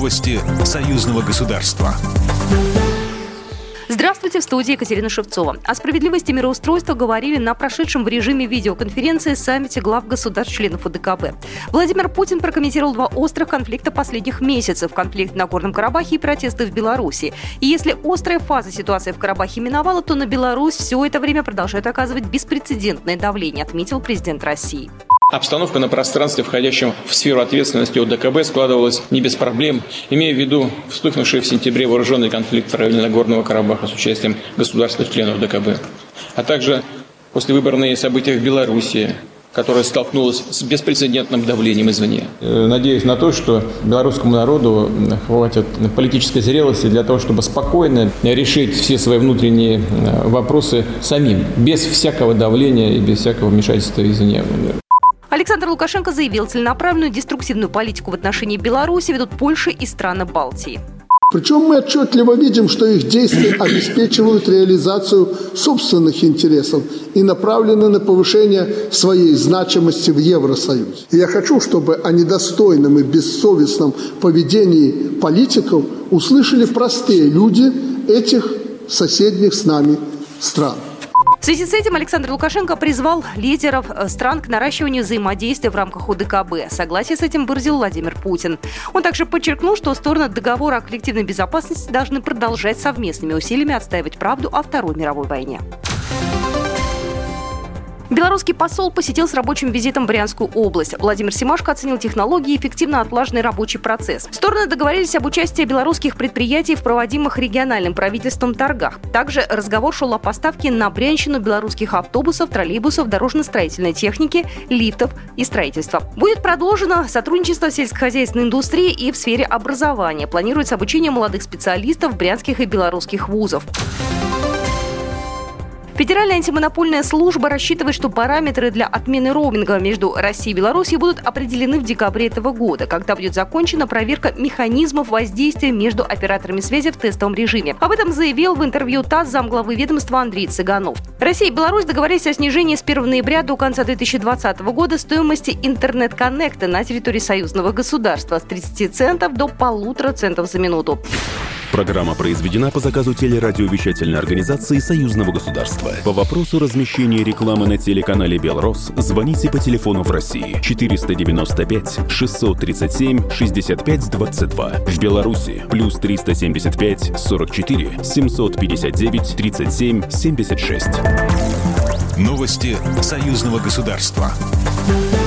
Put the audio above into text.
Новости союзного государства. Здравствуйте, в студии Екатерина Шевцова. О справедливости мироустройства говорили на прошедшем в режиме видеоконференции саммите глав государств-членов ОДКБ. Владимир Путин прокомментировал два острых конфликта последних месяцев – конфликт в Нагорном Карабахе и протесты в Беларуси. И если острая фаза ситуации в Карабахе миновала, то на Беларусь все это время продолжает оказывать беспрецедентное давление, отметил президент России. Обстановка на пространстве, входящем в сферу ответственности ОДКБ, складывалась не без проблем, имея в виду вспыхнувший в сентябре вооруженный конфликт в районе Нагорного Карабаха с участием государств-членов ОДКБ, а также послевыборные события в Беларуси, которая столкнулась с беспрецедентным давлением извне. Надеюсь на то, что белорусскому народу хватит политической зрелости для того, чтобы спокойно решить все свои внутренние вопросы самим, без всякого давления и без всякого вмешательства извне. Александр Лукашенко заявил, целенаправленную деструктивную политику в отношении Беларуси ведут Польша и страны Балтии. Причем мы отчетливо видим, что их действия обеспечивают реализацию собственных интересов и направлены на повышение своей значимости в Евросоюзе. И я хочу, чтобы о недостойном и бессовестном поведении политиков услышали простые люди этих соседних с нами стран. В связи с этим Александр Лукашенко призвал лидеров стран к наращиванию взаимодействия в рамках ОДКБ. Согласие с этим выразил Владимир Путин. Он также подчеркнул, что стороны договора о коллективной безопасности должны продолжать совместными усилиями отстаивать правду о Второй мировой войне. Белорусский посол посетил с рабочим визитом Брянскую область. Владимир Семашко оценил технологии и эффективно отлаженный рабочий процесс. Стороны договорились об участии белорусских предприятий в проводимых региональным правительством торгах. Также разговор шел о поставке на Брянщину белорусских автобусов, троллейбусов, дорожно-строительной техники, лифтов и строительства. Будет продолжено сотрудничество в сельскохозяйственной индустрии и в сфере образования. Планируется обучение молодых специалистов брянских и белорусских вузов. Федеральная антимонопольная служба рассчитывает, что параметры для отмены роуминга между Россией и Беларусью будут определены в декабре этого года, когда будет закончена проверка механизмов воздействия между операторами связи в тестовом режиме. Об этом заявил в интервью ТАСС замглавы ведомства Андрей Цыганов. Россия и Беларусь договорились о снижении с 1 ноября до конца 2020 года стоимости интернет-коннекта на территории союзного государства с 30 центов до 1,5 центов за минуту. Программа произведена по заказу телерадиовещательной организации Союзного государства. По вопросу размещения рекламы на телеканале «Белрос» звоните по телефону в России 495 637 65 22. В Беларуси плюс 375 44 759 37 76. Новости союзного государства.